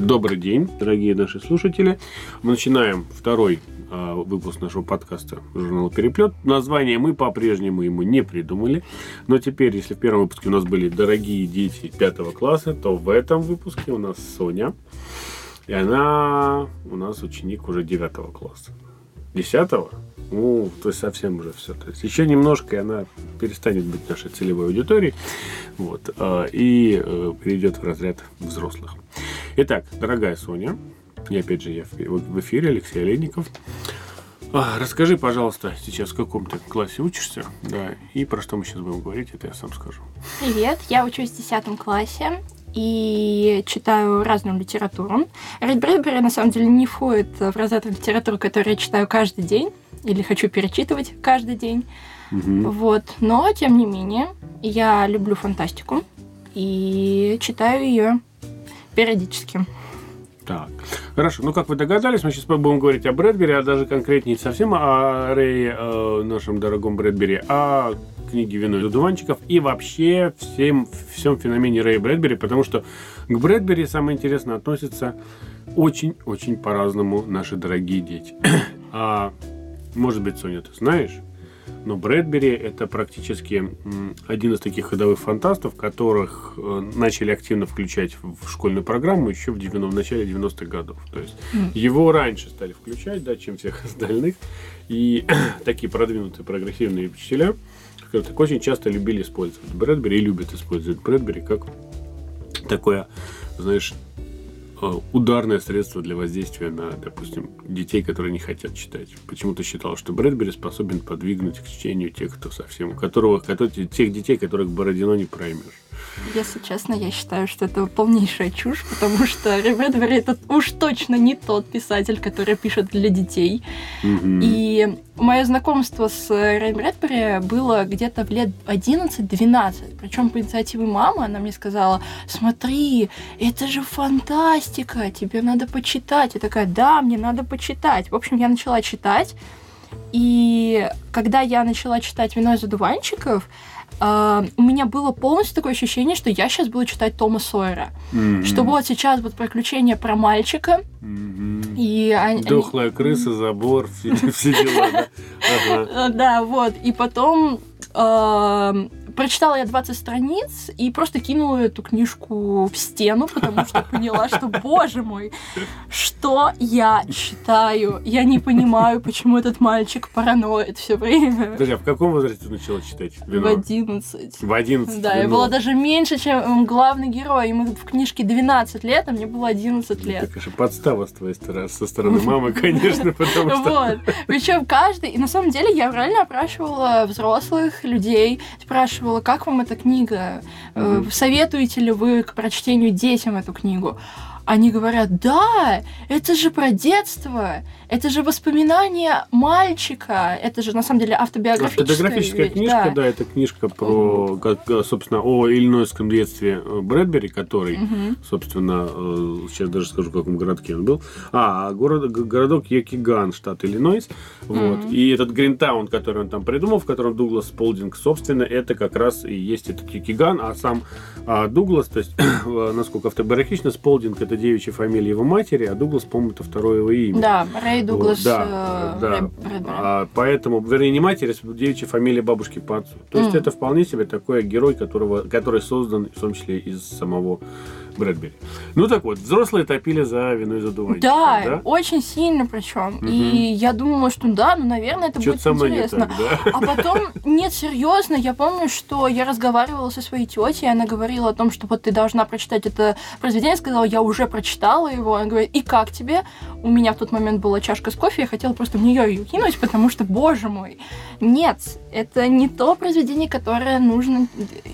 Добрый день, дорогие наши слушатели. Мы начинаем второй выпуск нашего подкаста журнала «Переплет». Название мы по-прежнему ему не придумали. Но теперь, если в первом выпуске у нас были дорогие дети 5 класса, то в этом выпуске у нас Соня. И она у нас ученик уже 9 класса. 10-го? Ну, то есть совсем уже все. То есть еще немножко, и она перестанет быть нашей целевой аудиторией. Вот, и перейдет в разряд взрослых. Итак, дорогая Соня, и опять же я в эфире, Алексей Олейников. Расскажи, пожалуйста, сейчас в каком ты классе учишься, да, и про что мы сейчас будем говорить, это я сам скажу. Привет, я учусь в 10 классе и читаю разную литературу. Рэй Брэдбери, на самом деле, не входит в разряд литературы, которую я читаю каждый день, или хочу перечитывать каждый день. Вот. Но, тем не менее, я люблю фантастику и читаю ее периодически. Так, хорошо. Ну, как вы догадались, мы сейчас будем говорить о Брэдбери, а даже конкретнее совсем о Рэе, нашем дорогом Брэдбери, о книге «Вино из одуванчиков» и вообще всем феномене Рэя Брэдбери, потому что к Брэдбери, самое интересное, относятся очень-очень по-разному наши дорогие дети. Может быть, Соня, ты знаешь, но Брэдбери – это практически один из таких ходовых фантастов, которых начали активно включать в школьную программу еще в начале 90-х годов. То есть его раньше стали включать, да, чем всех остальных. И такие продвинутые прогрессивные учителя так очень часто любили использовать Брэдбери и любят использовать Брэдбери как такое, знаешь, ударное средство для воздействия на, допустим, детей, которые не хотят читать. Почему-то считал, что Брэдбери способен подвигнуть к чтению тех, кто совсем, тех детей, которых Бородино не проймешь. Если честно, я считаю, что это полнейшая чушь, потому что Рэй Брэдбери это уж точно не тот писатель, который пишет для детей. И мое знакомство с Рэй Брэдбери было где-то в лет 11-12. Причем по инициативе мамы она мне сказала: смотри, это же фантастика, тебе надо почитать. Я такая: да, мне надо почитать. В общем, я начала читать. И когда я начала читать «Вино из одуванчиков», у меня было полностью такое ощущение, что я сейчас буду читать Тома Сойера. Что вот сейчас вот приключения про мальчика. И дохлая крыса, забор, все дела, да? Да, вот. И потом прочитала я 20 страниц и просто кинула эту книжку в стену, потому что поняла, что, боже мой, что я читаю? Я не понимаю, почему этот мальчик параноид все время. Подожди, а в каком возрасте ты начала читать «Вино»? В 11. В 11? Да, я была даже меньше, чем главный герой. Ему в книжке 12 лет, а мне было 11 лет. Это, конечно, подстава с твоей стороны, со стороны мамы, конечно, потому что... Вот. Причем каждый... И на самом деле я реально опрашивала взрослых людей, спрашивала, как вам эта книга, советуете ли вы к прочтению детям эту книгу? Они говорят: да, это же про детство, это же воспоминания мальчика, это же на самом деле автобиографическая книжка, да, это книжка про, собственно, о иллинойском детстве Брэдбери, который, собственно, сейчас даже скажу, в каком городке он был, городок Йокиган, штат Иллинойс, вот, и этот Гринтаун, который он там придумал, в котором Дуглас Сполдинг, собственно, это как раз и есть этот Йокиган, а сам Дуглас, то есть, насколько автобиографично, Сполдинг — это девичья фамилия его матери, а Дуглас, по-моему, это второе его имя. Да, Рэй Дуглас. Да. Поэтому, вернее, не матери, а девичья фамилия бабушки по отцу. То есть это вполне себе такой герой, который создан, в том числе, из самого Брэдбери. Ну так вот, взрослые топили за «Вино из одуванчиков». Да, очень сильно причем. И я думала, что да, ну, наверное, это будет интересно. А потом, нет, серьезно, я помню, что я разговаривала со своей тетей, она говорила о том, что вот ты должна прочитать это произведение. Я сказала: я уже прочитала его. Она говорит: и как тебе? У меня в тот момент была чашка с кофе, я хотела просто в нее ее кинуть, потому что, боже мой, нет, это не то произведение, которое нужно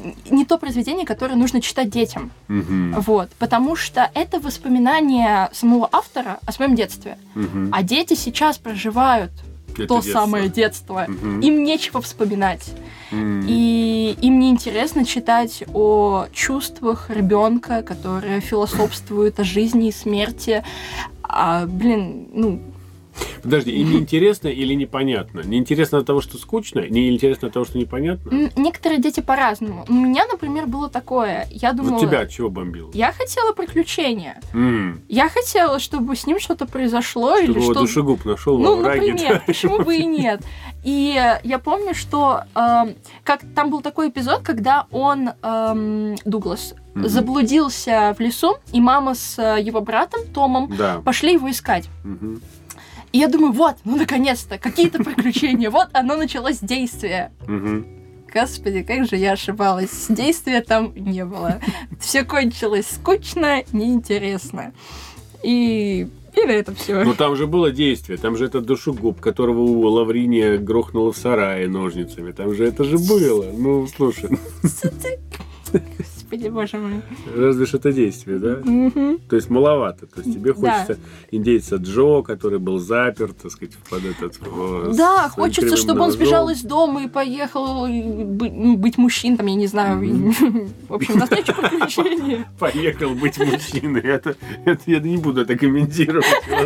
читать детям. Вот, потому что это воспоминания самого автора о своем детстве. А дети сейчас проживают то самое детство. Им нечего вспоминать. И им неинтересно читать о чувствах ребенка, который философствует о жизни и смерти. Подожди, и неинтересно или непонятно? Неинтересно от того, что скучно? Неинтересно от того, что непонятно? Некоторые дети по-разному. У меня, например, было такое. Я думала... Вот тебя от чего бомбило? Я хотела приключения. Я хотела, чтобы с ним что-то произошло. Чтобы или его что... душегуб нашел во Ну, враге. например, Да, почему бы и нет. И я помню, что как там был такой эпизод, когда он, Дуглас, заблудился в лесу, и мама с его братом Томом пошли его искать. И я думаю, вот, ну наконец-то, какие-то приключения, вот оно началось действие. Господи, как же я ошибалась. Действия там не было. Все кончилось скучно, неинтересно. И на этом все. Ну там же было действие, там же этот душегуб, которого у Лавриния грохнуло в сарае ножницами. Там же это же было. Ну, слушай. Господи, боже мой. Разве ж это действие, да? То есть маловато. То есть тебе хочется индейца Джо, который был заперт, так сказать, под этот... Да, хочется, чтобы он сбежал из дома и поехал быть мужчиной, там, я не знаю. В общем, навстречу приключения. Поехал быть мужчиной. Это я не буду это комментировать.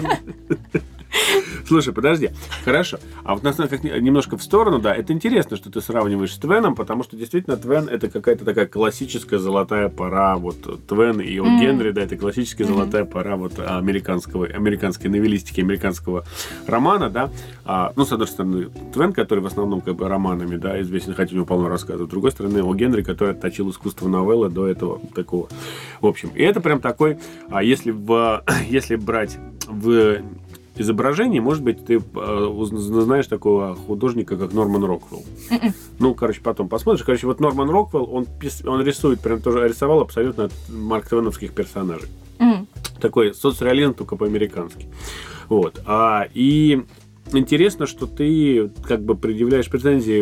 Слушай, подожди. Хорошо. А вот нас как немножко в сторону, да, это интересно, что ты сравниваешь с Твеном, потому что действительно Твен — это какая-то такая классическая золотая пора, вот Твен и О. Генри, да, это классическая золотая пора вот американской новеллистики, американского романа, да. Ну, с одной стороны, Твен, который в основном как бы романами, да, известен, хотя у него полно рассказов. С другой стороны, О. Генри, который отточил искусство новеллы до этого такого. В общем, и это прям такой, если брать в изображении, может быть, ты знаешь такого художника, как Норман Роквелл. Ну, короче, потом посмотришь. Короче, вот Норман Роквелл, он рисует, прям тоже рисовал абсолютно Марк Твеновских персонажей. Такой соцреализм, только по-американски. Вот. И интересно, что ты как бы предъявляешь претензии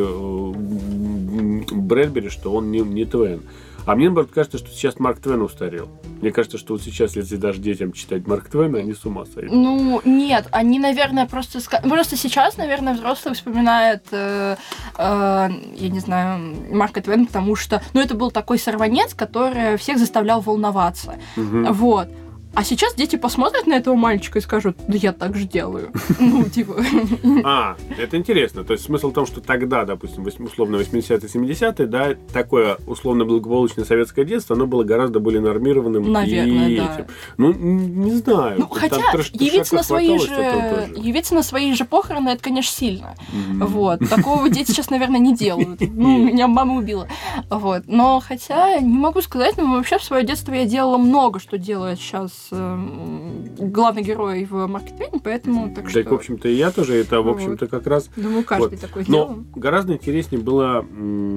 Брэдбери, что он не Твен. А мне, наоборот, кажется, что сейчас Марк Твен устарел. Мне кажется, что вот сейчас, если даже детям читать Марк Твена, они с ума сойдут. Ну, нет, они, наверное, просто сейчас, наверное, взрослые вспоминают, я не знаю, Марка Твена, потому что, это был такой сорванец, который всех заставлял волноваться. Вот. А сейчас дети посмотрят на этого мальчика и скажут, да я так же делаю. Ну, типа... Это интересно. То есть смысл в том, что тогда, допустим, условно 80-е, 70-е, да, такое условно благополучное советское детство, оно было гораздо более нормированным. Наверное, да. Ну, не знаю. Ну, хотя явиться на свои же похороны, это, конечно, сильно. Вот. Такого дети сейчас, наверное, не делают. Ну, меня мама убила. Вот. Но хотя, не могу сказать, но вообще в свое детство я делала много, что делает сейчас главный герой в Марке Твене, поэтому так что... Так, в общем-то, и я тоже, это, в общем-то, как раз... Думаю, каждый такой делал. Но гораздо интереснее было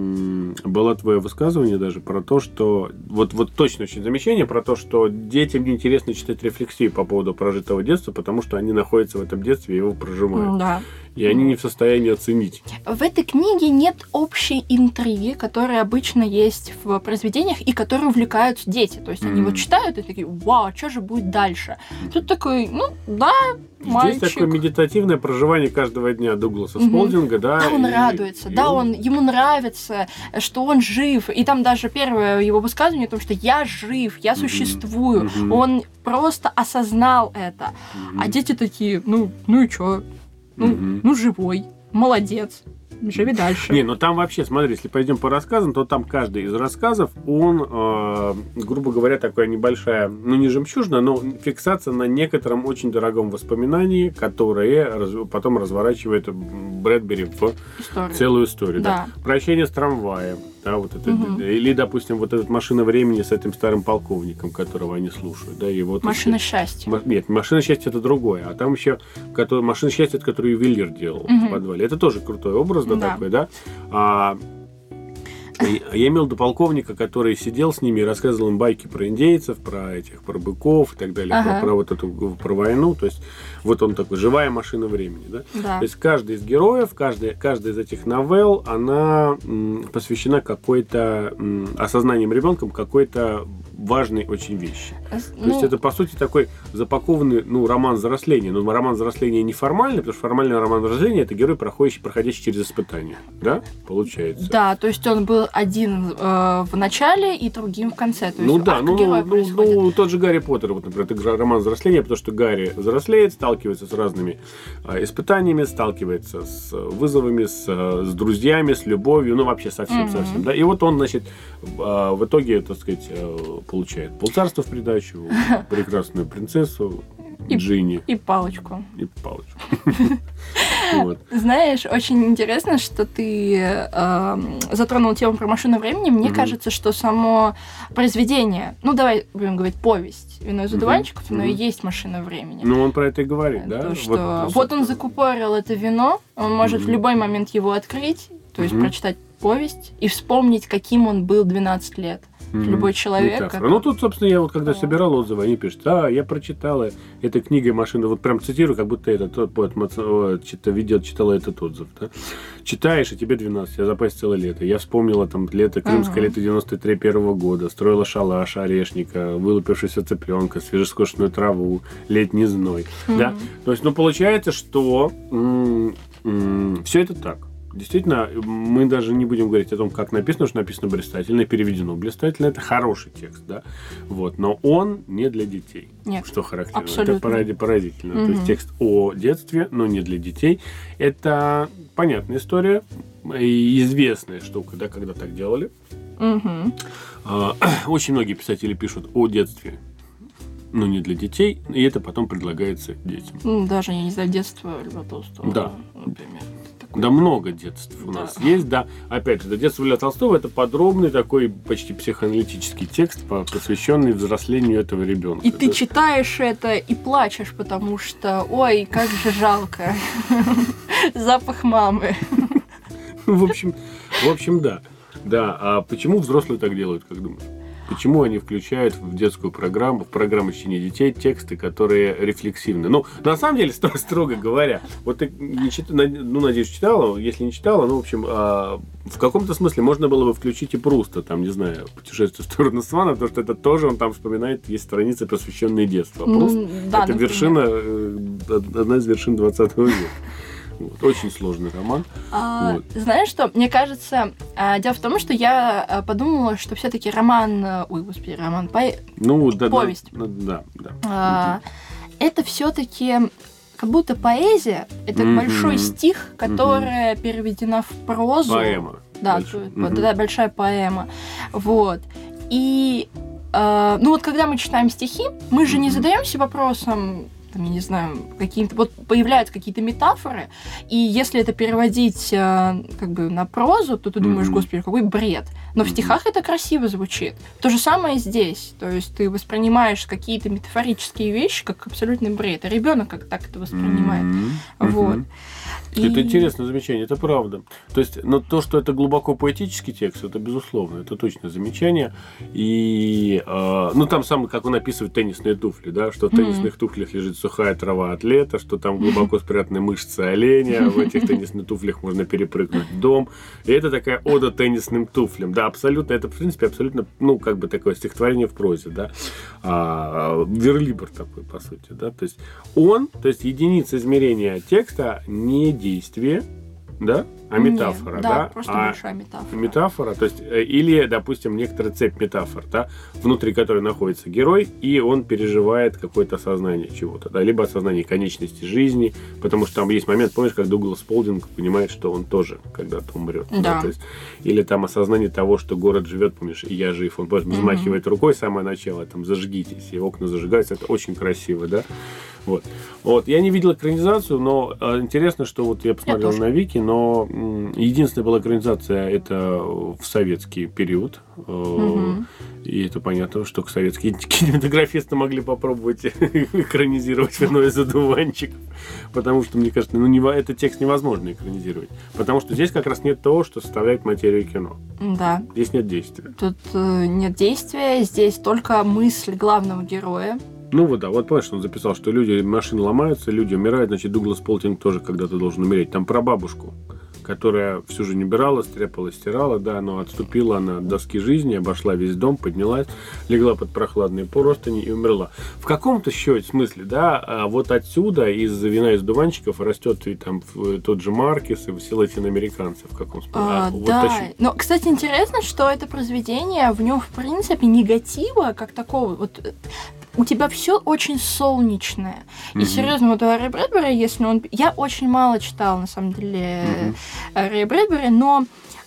твое высказывание даже про то, что... Вот точно очень замечание про то, что детям неинтересно читать рефлексию по поводу прожитого детства, потому что они находятся в этом детстве и его проживают. Да. И они не в состоянии оценить. В этой книге нет общей интриги, которая обычно есть в произведениях и которые увлекаются дети. То есть они вот читают и такие, вау, что же будет дальше? Тут такой, мальчик. Здесь такое медитативное проживание каждого дня Дугласа Сполдинга, да. Да, он радуется, ему нравится, что он жив. И там даже первое его высказывание о том, что я жив, я существую. Он просто осознал это. А дети такие, ну и чё? Ну, живой, молодец, живи дальше. Не, там вообще, смотри, если пойдем по рассказам, то там каждый из рассказов, он, грубо говоря, такая небольшая, не жемчужина, но фиксация на некотором очень дорогом воспоминании, которое потом разворачивает Брэдбери в целую историю. Да. Прощение с трамваем, да, вот это, или, допустим, вот эта машина времени с этим старым полковником, которого они слушают, да, и вот машина счастья. Нет, машина счастья это другое, а там еще машина счастья, которую ювелир делал в подвале. Это тоже крутой образ, такой, да. Я имел до полковника, который сидел с ними и рассказывал им байки про индейцев, про быков и так далее, про войну. То есть вот он такой, живая машина времени, да? То есть каждый из героев, каждая из этих новелл, она посвящена какой-то осознанием ребенком какой-то важной очень вещи. То есть это, по сути, такой запакованный, роман взросления. Но роман взросления неформальный, потому что формальный роман взросления – это герой, проходящий через испытания. Да? Получается. Да, то есть он был один в начале и другим в конце. То есть тот же Гарри Поттер, вот, например, это роман взросления, потому что Гарри взрослеет, сталкивается с разными испытаниями, сталкивается с вызовами, с друзьями, с любовью, вообще совсем. Да? И вот он, значит, в итоге, так сказать, получает полцарства в придачу, прекрасную принцессу, Джинни. И палочку. Знаешь, очень интересно, что ты затронул тему про машину времени. Мне кажется, что само произведение, давай будем говорить, повесть «Вино из одуванчиков», но и есть машина времени. Он про это и говорит, да? То, что вот он закупорил это вино, он может в любой момент его открыть, то есть прочитать повесть и вспомнить, каким он был 12 лет. Любой человек. Тут, собственно, я когда собирал отзывы, они пишут: я прочитала этой книгой «Машина». Вот прям цитирую, как будто тот поэт читала этот отзыв. Да? Читаешь, и тебе 12, я запас целое лето. Я вспомнила лето, крымское лето 93-1 года. Строила шалаш, орешника, вылупившегося цыпленка, свежескошенную траву, летний зной. Да? То есть, получается, что все это так. Действительно, мы даже не будем говорить о том, как написано, потому что написано блистательно, переведено блистательно. Это хороший текст, да? Но он не для детей. Нет, что характерно. абсолютно. Это поразительно. То есть текст о детстве, но не для детей. Это понятная история, и известная штука, да, когда так делали. Очень многие писатели пишут о детстве, но не для детей, и это потом предлагается детям. Даже, я не знаю, детство Льва Толстого, да. Например. Да, много детств у нас есть, да. Опять же, детство Льва Толстого – это подробный такой почти психоаналитический текст, посвященный взрослению этого ребенка. И ты читаешь это и плачешь, потому что, ой, как же жалко. Запах мамы. В общем, да. Да, а почему взрослые так делают, как думаешь? Почему они включают в детскую программу, в программу чтения детей тексты, которые рефлексивны? На самом деле, строго говоря, вот ты надеюсь, читала, если не читала, в каком-то смысле можно было бы включить и Пруста, не знаю, «Путешествие в сторону Свана», потому что это тоже он там вспоминает, есть страницы, посвященные детству. А Пруст это вершина, одна из вершин 20 века. Очень сложный роман. Знаешь что? Мне кажется, дело в том, что я подумала, что все-таки повесть. Это все-таки как будто поэзия, это большой стих, которая переведена в прозу. Поэма. Да, большая поэма. Вот. И когда мы читаем стихи, мы же не задаемся вопросом, я не знаю, появляются какие-то метафоры, и если это переводить на прозу, то ты думаешь, господи, какой бред. Но в стихах это красиво звучит. То же самое здесь. То есть ты воспринимаешь какие-то метафорические вещи как абсолютный бред. А ребенок как так это воспринимает. Вот. Это интересное замечание, это правда. То есть, то, что это глубоко поэтический текст, это безусловно, это точно замечание. И, там как он описывает теннисные туфли, да, что в теннисных туфлях лежит сухая трава от лета, что там глубоко спрятаны мышцы оленя, в этих теннисных туфлях можно перепрыгнуть дом. И это такая ода теннисным туфлям. Да, абсолютно, это, в принципе, абсолютно, такое стихотворение в прозе, да. Верлибр такой, по сути, да. То есть единица измерения текста не действие, да, а метафора, да? Просто большая метафора. Метафора, то есть, или, допустим, некоторая цепь метафор, да, внутри которой находится герой, и он переживает какое-то осознание чего-то, да, либо осознание конечности жизни, потому что там есть момент, помнишь, как Дуглас Сполдинг понимает, что он тоже когда-то умрет. Да. То есть, или там осознание того, что город живет, помнишь, и я жив, он просто взмахивает рукой, самое начало, там, зажгитесь, и окна зажигаются, это очень красиво, да. Вот. Я не видел экранизацию, но интересно, что я посмотрел на Вики, но единственная была экранизация это в советский период. И это понятно, что советские кинематографисты могли попробовать экранизировать «Вино из одуванчиков», потому что, мне кажется, этот текст невозможно экранизировать, потому что здесь как раз нет того, что составляет материю кино. Да. Здесь нет действия. Тут нет действия, здесь только мысль главного героя. Помнишь, он записал, что машины ломаются, люди умирают, значит, Дуглас Сполдинг тоже когда-то должен умереть. Там про бабушку, которая всю жизнь убирала, стряпала, стирала, да, но отступила она от доски жизни, обошла весь дом, поднялась, легла под прохладные простыни и умерла. В каком-то смысле, да, вот отсюда из «Вина из дуванчиков» растет и там тот же Маркес, и все латиноамериканцы в каком смысле. Да, но, кстати, интересно, что это произведение, в нем, в принципе, негатива, как такого, вот у тебя все очень солнечное. И серьезно, вот у Рэя Брэдбери, если он... Я очень мало читала, на самом деле, Рэя Брэдбери, но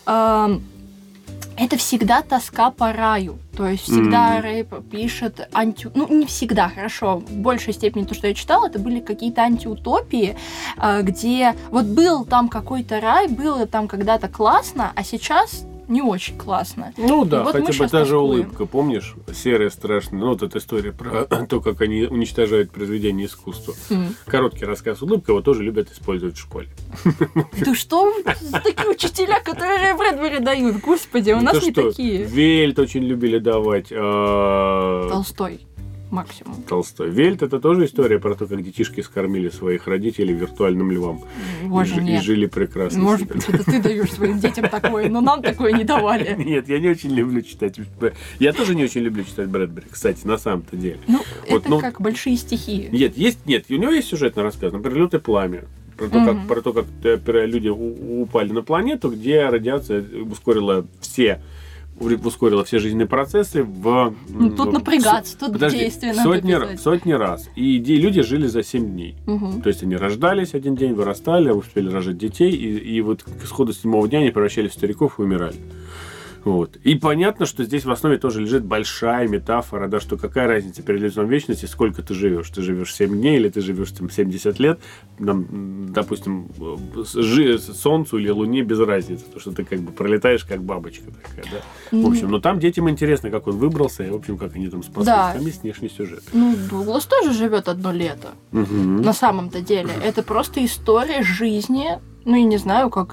это всегда тоска по раю. То есть всегда Рэй пишет ну, не всегда, хорошо. В большей степени то, что я читала, это были какие-то антиутопии, где вот был там какой-то рай, было там когда-то классно, а сейчас не очень классно. Ну да, вот хотя бы та же улыбка, помнишь? Серая страшная. Ну, вот эта история про то, как они уничтожают произведения искусства. Короткий рассказ «Улыбка» его тоже любят использовать в школе. Да что такие учителя, которые Рэя Брэдбери дают? Господи, у нас не такие. Вельт очень любили давать. Толстой. Максимум. Толстой. Вельт — это тоже история про то, как детишки скормили своих родителей виртуальным львам. Боже, и жили прекрасно. Может быть, это ты даешь своим детям такое, но нам такое не давали. Нет, я не очень люблю читать. Я тоже не очень люблю читать Брэдбери, кстати, на самом-то деле. Ну, вот, это как большие стихи. Нет, у него есть сюжетный рассказ, например, «Лёд и пламя». Про то, как люди упали на планету, где радиация ускорила все жизненные процессы тут напрягаться, тут действие надо писать. Сотни раз. И люди жили за 7 дней. То есть они рождались один день, вырастали, успели рожать детей, и вот к исходу 7-го дня они превращались в стариков и умирали. Вот. И понятно, что здесь в основе тоже лежит большая метафора, да, что какая разница перед лицом вечности, сколько ты живешь. Ты живешь 7 дней или ты живешь 70 лет. Допустим, Солнцу или Луне без разницы. Потому что ты как бы пролетаешь как бабочка такая, да. В общем, но там детям интересно, как он выбрался, и, в общем, как они там спаслись. Да. Там есть внешний сюжет. Ну, Дуглас тоже живет одно лето. На самом-то деле. Это просто история жизни. Ну, я не знаю, как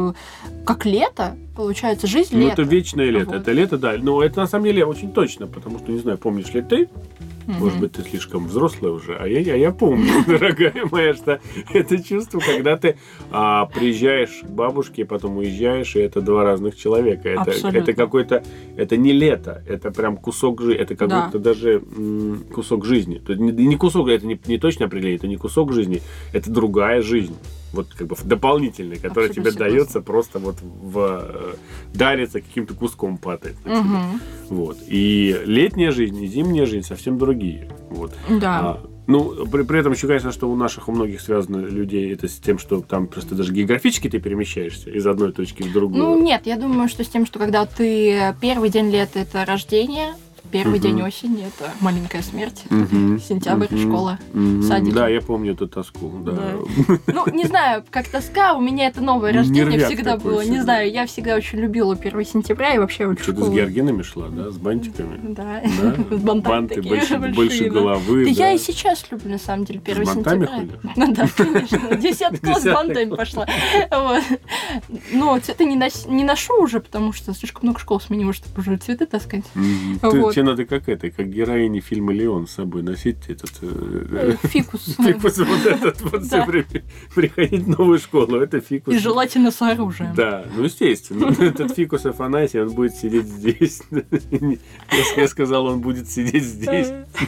лето, получается, жизнь лета. Ну, это вечное лето, вот. Это лето, да. Но это, на самом деле, очень точно, потому что, не знаю, помнишь ли ты, может быть, ты слишком взрослая уже, а я помню, дорогая моя, что это чувство, когда ты приезжаешь к бабушке, и потом уезжаешь, и это два разных человека. Это какой-то, это не лето, это прям кусок жизни, это как будто даже кусок жизни. Не кусок, это не точное определение, это не кусок жизни, это другая жизнь. Вот как бы дополнительный, который тебе дается просто вот дарится каким-то куском падает на тебя. Вот. И летняя жизнь, и зимняя жизнь совсем другие. Вот. Да. При этом еще, конечно, что у многих связано людей это с тем, что там просто даже географически ты перемещаешься из одной точки в другую. Ну, нет, я думаю, что с тем, что когда ты первый день лета — это рождение, первый день осени — это маленькая смерть, сентябрь, школа, садик. Да, я помню эту тоску. Да. Ну, не знаю, как тоска, у меня это новое рождение нервяк всегда было. Не знаю, я всегда очень любила 1 сентября и вообще очень что-то с георгинами шла, да? С бантиками? Да, с бантами такие больше головы. Да я и сейчас люблю, на самом деле, 1 сентября. С бантами ходишь? Ну да, конечно. 10 класс с бантами пошла. Но цветы не ношу уже, потому что слишком много школ сменила, чтобы уже цветы таскать. Тебе надо как героине фильма «Леон» с собой носить этот... Фикус. Фикус вот этот вот все время. Приходить в новую школу, это фикус. И желательно с оружием. Да, ну естественно. Этот фикус Афанасий, он будет сидеть здесь. Я сказал, он будет сидеть здесь.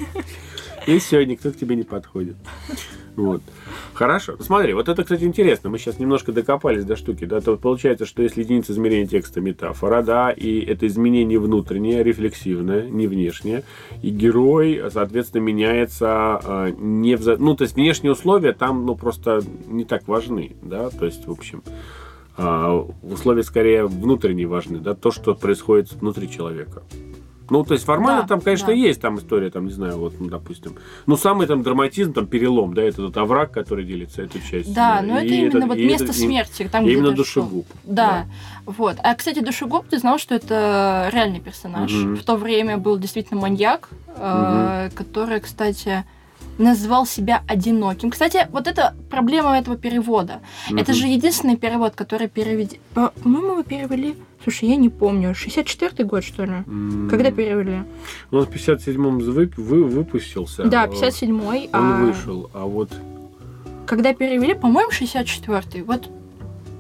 И все, никто к тебе не подходит. Вот. Хорошо. Смотри, вот это, кстати, интересно. Мы сейчас немножко докопались до штуки. Да? То получается, что если единица измерения текста метафора, да, и это изменение внутреннее, рефлексивное, не внешнее, и герой, соответственно, меняется то есть внешние условия там, просто не так важны, да, то есть, в общем, условия скорее внутренние важны, да, то, что происходит внутри человека. Ну, то есть формально там, конечно, есть там история, там, не знаю, вот, допустим. Самый там драматизм, там, перелом, да, это тот овраг, который делится эту часть. Да, но это именно вот место смерти. Там, именно душегуб. Да, вот. А, кстати, душегуб, ты знал, что это реальный персонаж. В то время был действительно маньяк, который, кстати, назвал себя одиноким. Кстати, вот это проблема этого перевода. Это же единственный перевод, который перевели... По-моему, его перевели... Слушай, я не помню. 64-й год, что ли? Когда перевели? Он в 57-м выпустился. Да, 57-й. Он вышел, а вот... Когда перевели, по-моему, 64-й. Вот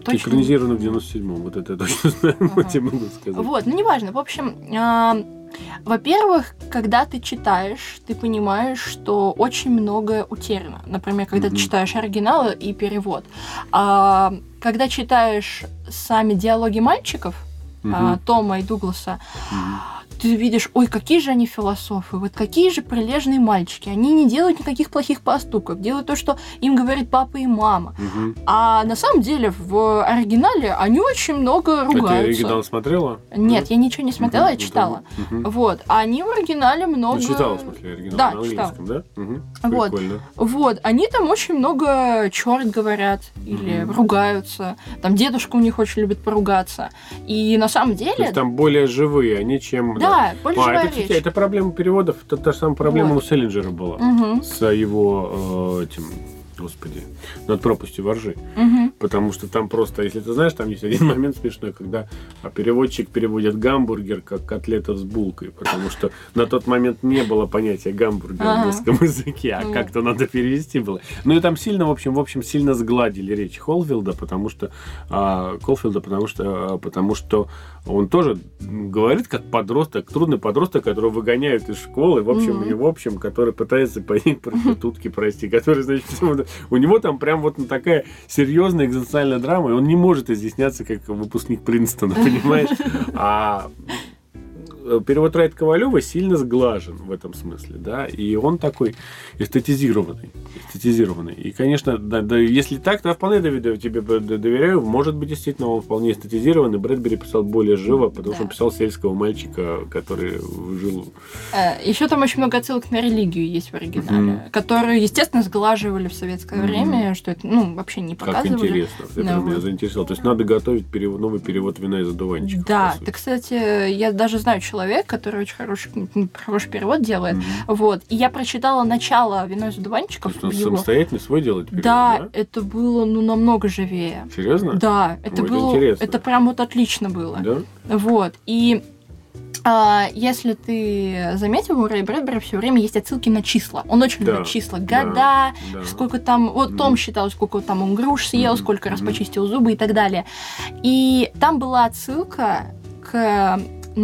точно... Экранизировано в 97-м, вот это я точно знаю, тебе могу сказать. Вот, ну неважно. В общем, во-первых, когда ты читаешь, ты понимаешь, что очень многое утеряно. Например, когда ты читаешь оригинал и перевод. Когда читаешь сами диалоги мальчиков, Тома и Дугласа, ты видишь, ой, какие же они философы, вот какие же прилежные мальчики. Они не делают никаких плохих поступков, делают то, что им говорит папа и мама. А на самом деле в оригинале они очень много ругаются. А ты оригинал смотрела? Нет, я ничего не смотрела, я читала. Вот. А они в оригинале много... Ну, читала, в смысле, оригинал да, на английском, читала. Да? Вот. Прикольно. Вот. Они там очень много черт говорят или ругаются. Там дедушка у них очень любит поругаться. И на самом деле... То есть там более живые они, чем... Да, более живая это, кстати, речь. это проблема переводов. Это та же самая проблема Вот. у Селлинджера была. С его этим... Господи, над пропастью воржи. Потому что там просто, если ты знаешь, там есть один момент смешной, когда переводчик переводит гамбургер как котлета с булкой, потому что на тот момент не было понятия гамбургера в русском языке, а как-то надо перевести было. Ну и там сильно, в общем, сильно сгладили речь Колфилда, потому что он тоже говорит как подросток, трудный подросток, которого выгоняют из школы, в общем, который пытается понять проститутки, который, значит, у него там прям вот такая серьезная экзистенциальная драма, и он не может изъясняться как выпускник Принстона, понимаешь? А перевод Райта Ковалева сильно сглажен в этом смысле, да, и он такой эстетизированный. И, конечно, да, если так, то я вполне тебе доверяю. Может быть, действительно, он вполне эстетизированный. Брэдбери писал более живо, потому что он писал сельского мальчика, который жил... Еще там очень много отсылок на религию есть в оригинале, которые, естественно, сглаживали в советское время, что это, вообще не показывали. Как интересно. Это меня заинтересовало. То есть надо готовить новый перевод «Вина из одуванчиков». Да, ты, кстати, я даже знаю человек, который очень хороший перевод делает. Вот. И я прочитала начало «Вино из одуванчиков». То есть он самостоятельно свой делает перевод, да? Это было, намного живее. Серьезно? Да, это было... Интересно. Это прям вот отлично было. Да? Вот. И если ты заметил, у Рэя Брэдбери все время есть отсылки на числа. Он очень любит числа. Года, сколько там... Вот Том считал, сколько там он груш съел, сколько раз почистил зубы и так далее. И там была отсылка к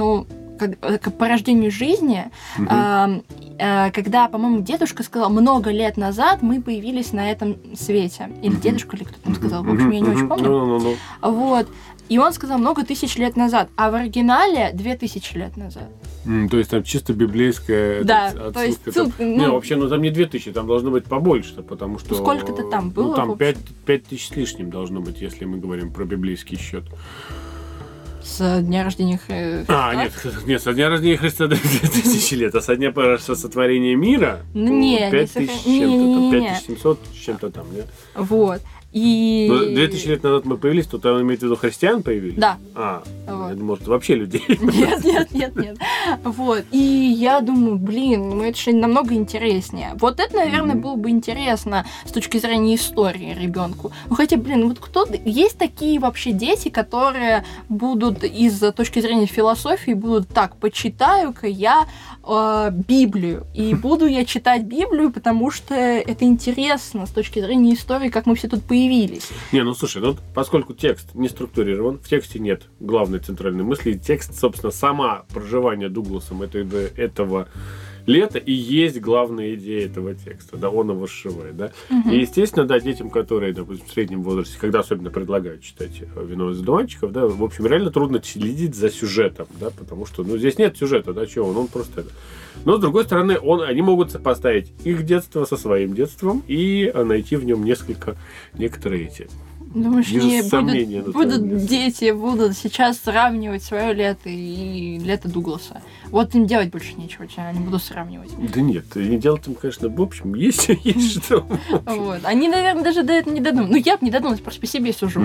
по рождению жизни, когда, по-моему, дедушка сказал, много лет назад мы появились на этом свете. Или дедушка, или кто там сказал. В общем, я не очень помню. Вот. И он сказал много тысяч лет назад, а в оригинале 2000 лет назад. То есть там чисто библейская отсылка. То есть вообще, там не 2000, там должно быть побольше, потому что... Сколько-то там было? Там 5000 с лишним должно быть, если мы говорим про библейский счет. С дня рождения Христа? Нет, со дня рождения Христа 2000 лет, а со дня сотворения мира 5000 с чем-то, 5700 с чем-то там, нет? Вот. И... 2000 лет назад мы появились, то там имеется в виду христиан появились? Да. Вот. Может, вообще людей? Нет. Вот. И я думаю, это же намного интереснее. Вот это, наверное, было бы интересно с точки зрения истории ребенку. Хотя, есть такие вообще дети, которые будут из точки зрения философии будут так, почитаю-ка я Библию. И буду я читать Библию, потому что это интересно с точки зрения истории, как мы все тут появились. Слушай, поскольку текст не структурирован, в тексте нет главной центральной мысли, и текст, собственно, сама проживание Дугласом этого лета и есть главная идея этого текста, да, он его сшивает, да. И, естественно, да, детям, которые, допустим, в среднем возрасте, когда особенно предлагают читать «Вино из одуванчиков», да, в общем, реально трудно следить за сюжетом, да, потому что, здесь нет сюжета, да, чего, он просто это. Но, с другой стороны, они могут сопоставить их детство со своим детством и найти в нем некоторые эти... Думаешь, дети будут сейчас сравнивать свое лето и лето Дугласа. Вот им делать больше нечего, они будут сравнивать. Да нет, не делать им, конечно, в общем, есть что. Вот. Они, наверное, даже до этого не додумались. Я бы не додумалась, просто по себе сужу.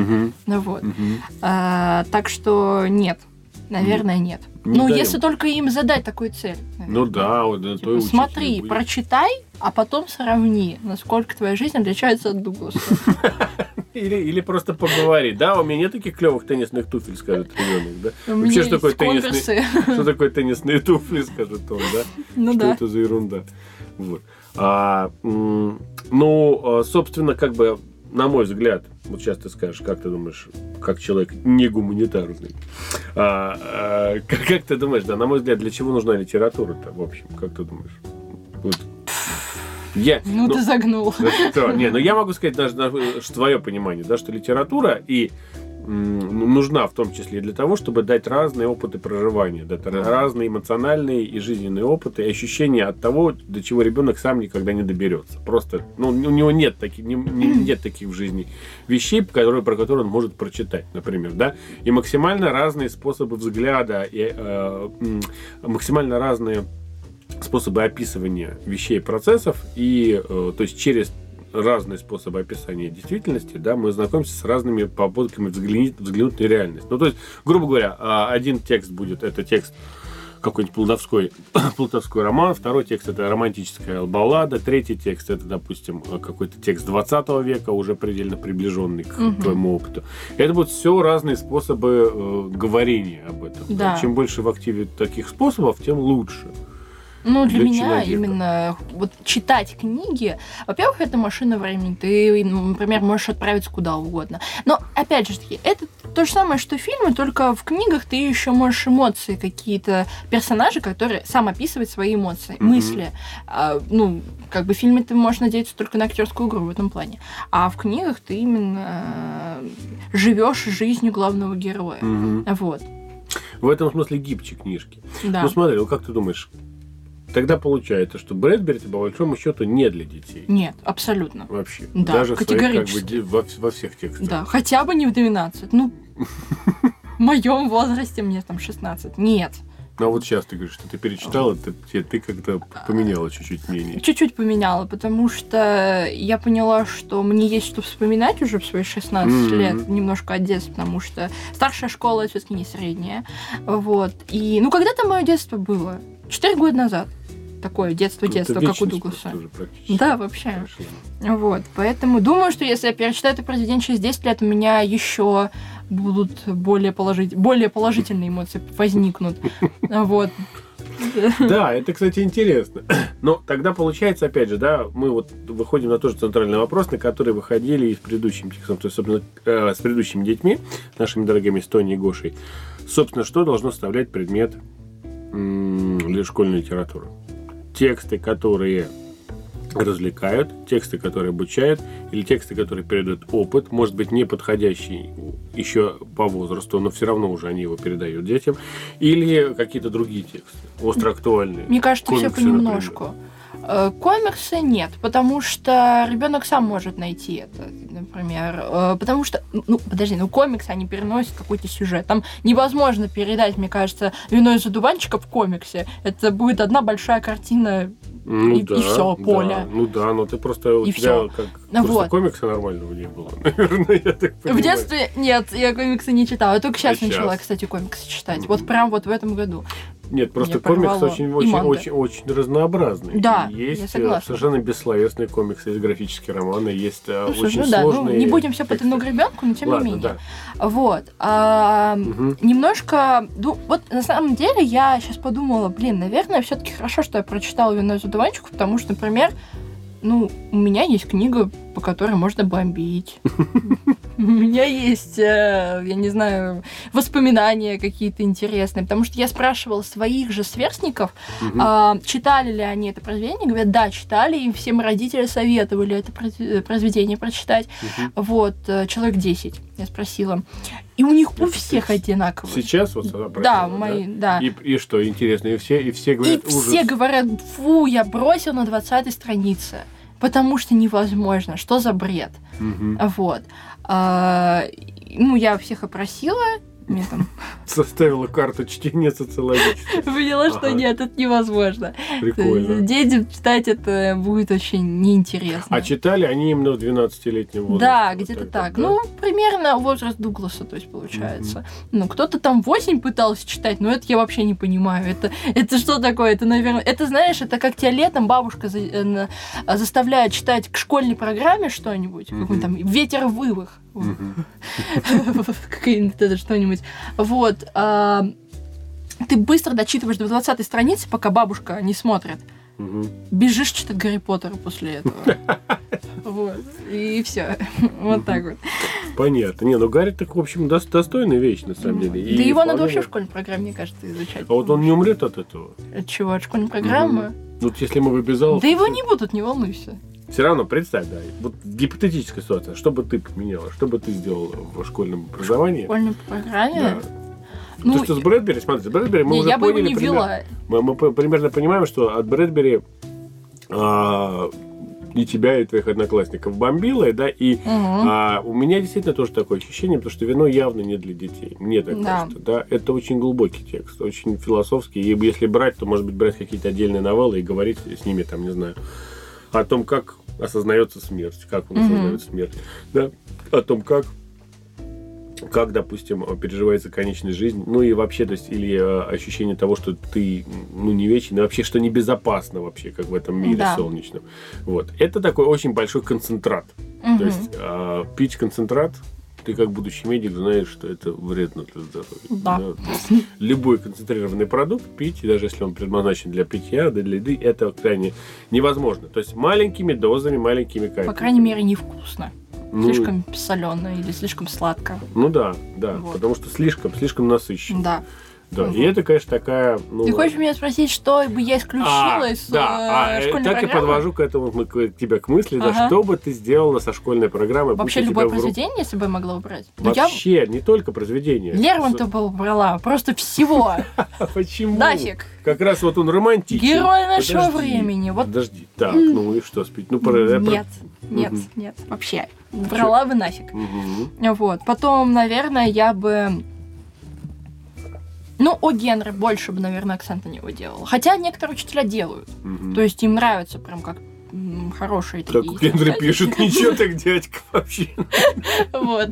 Так что нет. Наверное, нет. Если только им задать такую цель. Наверное. Смотри, прочитай, а потом сравни, насколько твоя жизнь отличается от Дугласа. Или просто поговори. Да, у меня нет таких клевых теннисных туфель, скажет ребенок, да? Вообще, что такое теннисные туфли, скажет он, да? Что это за ерунда? Вот. Собственно, на мой взгляд, вот сейчас ты скажешь, как ты думаешь, как человек не гуманитарный, как ты думаешь, да, на мой взгляд, для чего нужна литература-то, в общем, как ты думаешь? Вот. Ты загнул. Я могу сказать даже твое понимание, да, что литература и нужна в том числе для того, чтобы дать разные опыты проживания, дать разные эмоциональные и жизненные опыты, и ощущения от того, до чего ребенок сам никогда не доберется. Просто, у него нет таких в жизни вещей, про которые он может прочитать, например, да, и максимально разные способы взгляда, и максимально разные способы описывания вещей и процессов, и то есть через разные способы описания действительности, да, мы знакомимся с разными попытками взглянуть на реальность. То есть, грубо говоря, один текст будет, это текст какой-нибудь плутовской роман, второй текст это романтическая баллада, третий текст это, допустим, какой-то текст 20 века, уже предельно приближенный к твоему опыту. Это будут все разные способы говорения об этом. Да. Чем больше в активе таких способов, тем лучше. Для меня человека. Именно вот читать книги, во-первых, это машина времени. Ты, например, можешь отправиться куда угодно. Но, опять же таки, это то же самое, что фильмы, только в книгах ты еще можешь эмоции какие-то, персонажи, которые сам описывают свои эмоции, мысли. В фильме ты можешь надеяться только на актерскую игру в этом плане. А в книгах ты именно живешь жизнью главного героя. Вот. В этом смысле гибче книжки. Да. Смотри, как ты думаешь, тогда получается, что Брэдбери, по большому счету, не для детей. Нет, абсолютно. Вообще. Да, даже категорически. Во всех текстах. Да, хотя бы не в 12. В моем возрасте, мне там 16. Нет. А вот сейчас ты говоришь, что ты перечитала, ты как-то поменяла чуть-чуть мнение. Чуть-чуть поменяла, потому что я поняла, что мне есть что вспоминать уже в свои 16 лет, немножко от детства, потому что старшая школа это все-таки не средняя. Вот. И, когда-то мое детство было. 4 года назад. Такое детство, как у Дугласа. Да, вообще. Прошло. Вот. Поэтому думаю, что если я перечитаю это произведение через 10 лет, у меня еще будут более положительные эмоции возникнут. Вот. Да, это, кстати, интересно. Но тогда получается, опять же, да, мы вот выходим на тот же центральный вопрос, на который выходили и с предыдущим текстом, то есть, собственно, с предыдущими детьми, нашими дорогими Тони и Гошей. Собственно, что должно составлять предмет для школьной литературы? Тексты, которые развлекают, тексты, которые обучают, или тексты, которые передают опыт, может быть, не подходящий еще по возрасту, но все равно уже они его передают детям, или какие-то другие тексты, остро актуальные. Мне кажется, все понемножку. Комиксы нет, потому что ребенок сам может найти это, например. Потому что, комиксы, они переносят какой-то сюжет. Там невозможно передать, мне кажется, «Вино из одуванчика» в комиксе. Это будет одна большая картина и все, поле. Но ты просто у тебя просто комикса нормального не было, наверное, я так понимаю. В детстве нет, я комиксы не читала. Я только сейчас начала, кстати, комиксы читать. Вот прям вот в этом году. Нет, просто комикс очень разнообразный. Да, есть я совершенно бессловесные комиксы, есть графические романы, есть очень сложные. Не будем все по одному ребенку, но тем не менее. Да. Вот. Немножко. Вот на самом деле я сейчас подумала, наверное, все-таки хорошо, что я прочитала «Вино из одуванчиков», потому что, например, у меня есть книга, по которой можно бомбить. У меня есть, я не знаю, воспоминания какие-то интересные. Потому что я спрашивала своих же сверстников, читали ли они это произведение. Говорят, да, читали, им всем родители советовали это произведение прочитать. Вот, человек 10, я спросила. И у них у всех одинаково. Сейчас вот да, да. И что, интересно, и все говорят, ужас. И все говорят, фу, я бросил на 20-й странице. Потому что невозможно. Что за бред? Вот. Я всех опросила. Мне там... Составила карту чтения социологического. Поняла, что нет, это невозможно. Прикольно. Детям читать это будет очень неинтересно. А читали они именно в 12-летнем возрасте? Да, где-то так. Да? Примерно возраст Дугласа, то есть получается. Кто-то там 8 пытался читать, но это я вообще не понимаю. Это что такое? Это, наверное... Это, знаешь, это как тебя летом бабушка заставляет читать к школьной программе что-нибудь. Какой-нибудь там «Ветер в ивах». Какое-нибудь это что-нибудь. Вот. Ты быстро дочитываешь до 20-й страницы, пока бабушка не смотрит. Бежишь читать Гарри Поттера после этого. Вот. И все. Вот так вот. Понятно. Не, ну Гарри так, в общем, достойная вещь, на самом деле. Да его надо вообще в школьной программе, мне кажется, изучать. А вот он не умрет от этого? От чего? От школьной программы? Ну, вот если мы в обязаловке... Да его не будут, не волнуйся. Все равно, представь, да, вот гипотетическая ситуация, что бы ты поменяла, что бы ты сделала в школьном образовании? В школьной программе? Да. Ну, То, что с Брэдбери, смотрите, Брэдбери мы уже я бы его поняли не вела. Мы примерно понимаем, что от Брэдбери и тебя, и твоих одноклассников бомбило, да, и у меня действительно тоже такое ощущение, потому что вино явно не для детей. Мне так кажется, да. Это очень глубокий текст, очень философский, и если брать, то, может быть, брать какие-то отдельные новеллы и говорить с ними, там, не знаю, о том, как осознается смерть, как он осознает смерть, да, о том, как, допустим, переживается конечность жизни, ну и вообще, то есть, или ощущение того, что ты, ну, не вечен, и вообще, что небезопасно вообще, как в этом мире солнечном. Вот. Это такой очень большой концентрат. То есть, пить концентрат, ты как будущий медик знаешь, что это вредно для здоровья. Да. Любой концентрированный продукт пить, и даже если он предназначен для питья, да, для еды, это крайне невозможно. То есть маленькими дозами, маленькими капельками. По крайней мере, невкусно. Слишком солено или слишком сладко. Ну да, вот. Потому что слишком насыщенно. Да. Да, и это, конечно, такая... Ну, ты хочешь меня спросить, что бы я исключила из школьной программы? Так и подвожу к этому тебя к мысли, да, что бы ты сделала со школьной программой? Вообще любое произведение, если бы я могла выбрать? Вообще, не только произведение. Лермонтова бы убрала, просто всего. Почему? Нафиг. Как раз вот он романтичен. Герой нашего времени. Подожди, так, ну и что, спить? Нет, вообще. Брала бы нафиг. Вот, потом, наверное, я бы... Ну, о Генри больше бы, наверное, акцент на него делала. Хотя некоторые учителя делают. То есть им нравится прям как хорошие такие. Так Генри пишет, ничего так, дядька, вообще. Вот.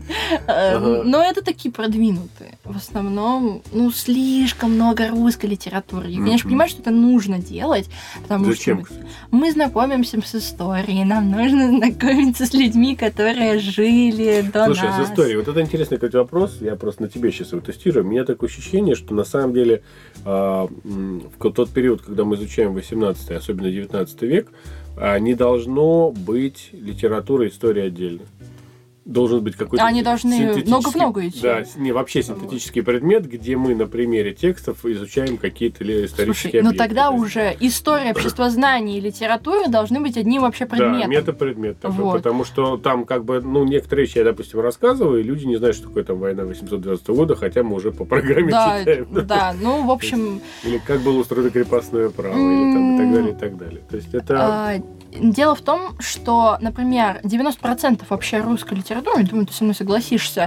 Но это такие продвинутые. В основном, ну, слишком много русской литературы. Я, конечно, понимаю, что это нужно делать, потому что мы знакомимся с историей, нам нужно знакомиться с людьми, которые жили до нас. Слушай, с историей, вот это интересный какой-то вопрос, я просто на тебе сейчас его тестирую. У меня такое ощущение, что на самом деле в тот период, когда мы изучаем 18 особенно 19 век, не должно быть литературы и истории отдельно. Должен быть какой-то они должны много-много идти. Да, вообще синтетический предмет, где мы на примере текстов изучаем какие-то исторические объекты. Но тогда уже история, обществознание и литература должны быть одним вообще предметом. Да, метапредмет такой, вот. Потому что там как бы, ну, некоторые вещи я, допустим, рассказываю, и люди не знают, что такое там война 812 года, хотя мы уже по программе читаем. Да, ну, в общем... Или как было устроено крепостное право, или там, и так далее, и так далее. То есть это... Дело в том, что, например, 90% вообще русской литературы, я думаю, ты со мной согласишься,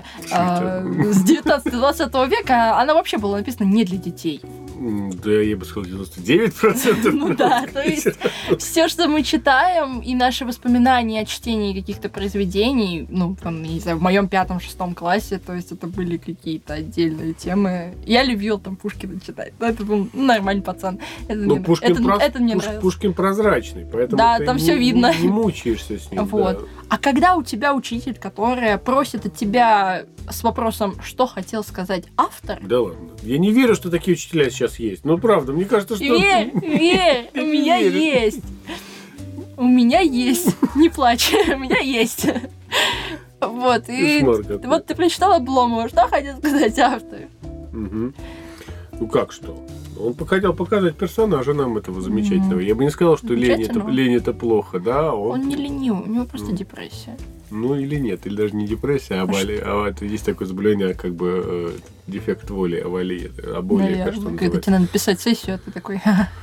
с 19-20 века, она вообще была написана не для детей. Да, я бы сказал, 99%. Ну да, то есть все, что мы читаем, и наши воспоминания о чтении каких-то произведений, ну, там, не знаю, в моем 5-6 классе, то есть это были какие-то отдельные темы. Я любил там Пушкина читать. Это был нормальный пацан. Это мне нравилось. Пушкин прозрачный, поэтому да, там все видно. Не мучаешься с ним. Вот. Да. А когда у тебя учитель, который просит от тебя с вопросом, что хотел сказать автор... Да ладно. Я не верю, что такие учителя сейчас есть. Ну, правда, мне кажется, что... Верь, у меня есть. У меня есть. Не плачь, у меня есть. Вот. И вот ты прочитал Обломова. Что хотел сказать автор? Ну, как что? Он хотел показать персонажа нам этого замечательного. Я бы не сказал, что лень это плохо, да? Он не ленивый, у него просто депрессия. Ну или нет, или даже не депрессия, а это есть такое заболевание, как бы дефект воли, авалия, аболия, кажется, называется. Когда тебе надо писать сессию, а ты такой...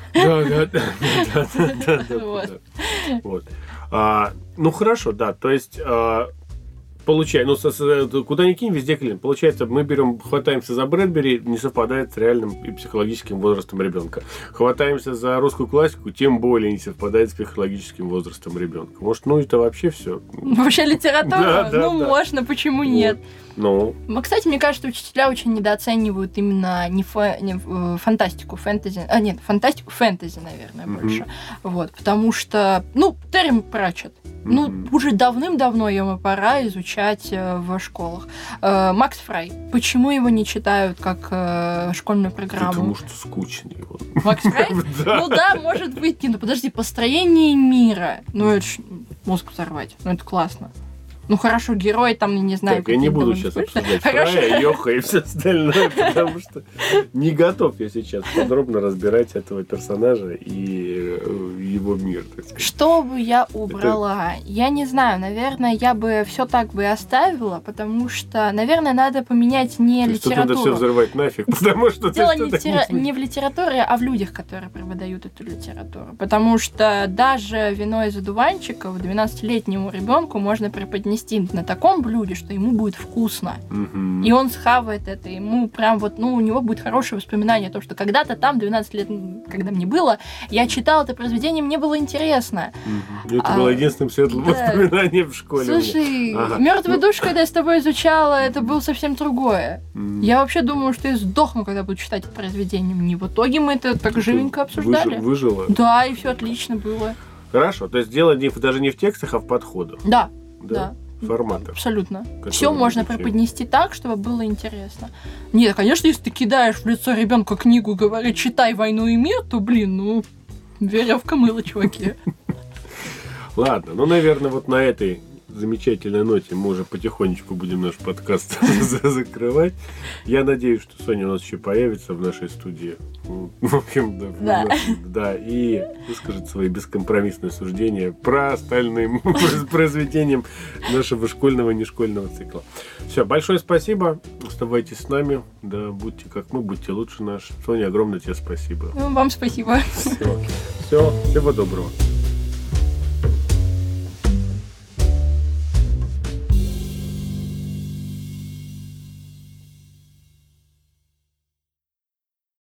Да. Вот. Ну хорошо, да, то есть... Получается, ну, куда ни кинь, везде клин. Получается, мы хватаемся за Брэдбери, не совпадает с реальным и психологическим возрастом ребенка. Хватаемся за русскую классику, тем более не совпадает с психологическим возрастом ребенка. Может, ну это вообще все. Вообще литература? Да, можно, почему нет? Ну. Кстати, мне кажется, учителя очень недооценивают именно не фантастику, фэнтези. Нет, фантастику, фэнтези, наверное, больше. Вот, потому что, Терри Пратчетт. Уже давным-давно ему пора изучать в школах. Макс Фрай. Почему его не читают как школьную программу? Потому что скучный. Макс Фрай? Ну да, может быть. Подожди, построение мира. Ну это ж... мозг взорвать. Ну, это классно. Ну, хорошо, герой там, не знаю... Так, я не буду сейчас обсуждать Фрая, Йоха и все остальное, потому что не готов я сейчас подробно разбирать этого персонажа и его мир, так сказать. Что бы я убрала? Я не знаю, наверное, я бы все так бы и оставила, потому что, наверное, надо поменять не литературу. Тут надо все взрывать нафиг, потому что... Дело не в литературе, а в людях, которые преподают эту литературу. Потому что даже вино из одуванчиков 12-летнему ребенку можно преподнести на таком блюде, что ему будет вкусно. И он схавает это, ему прям вот, у него будет хорошее воспоминание о том, что когда-то там, 12 лет, когда мне было, я читала это произведение, мне было интересно. Это было единственным светлым воспоминанием в школе. Слушай, «Мертвую душу», когда я с тобой изучала, это было совсем другое. Я вообще думаю, что я сдохну, когда буду читать это произведение. Не в итоге мы это так живенько обсуждали. Выжила? Да, и все отлично было. Хорошо, то есть дело даже не в текстах, а в подходах. Да. Формата. Абсолютно. Все можно преподнести так, чтобы было интересно. Нет, конечно, если ты кидаешь в лицо ребенка книгу и говоришь, читай «Войну и мир», то, веревка мыла, чуваки. Ладно, наверное, вот на этой замечательной ноте мы уже потихонечку будем наш подкаст закрывать. Я надеюсь, что Соня у нас еще появится в нашей студии. В общем, да, и выскажет свои бескомпромиссные суждения про остальным произведениям нашего школьного и нешкольного цикла. Все, большое спасибо. Оставайтесь с нами. Да, будьте как мы, будьте лучше наш. Соня, огромное тебе спасибо. Вам спасибо. Все, всего доброго.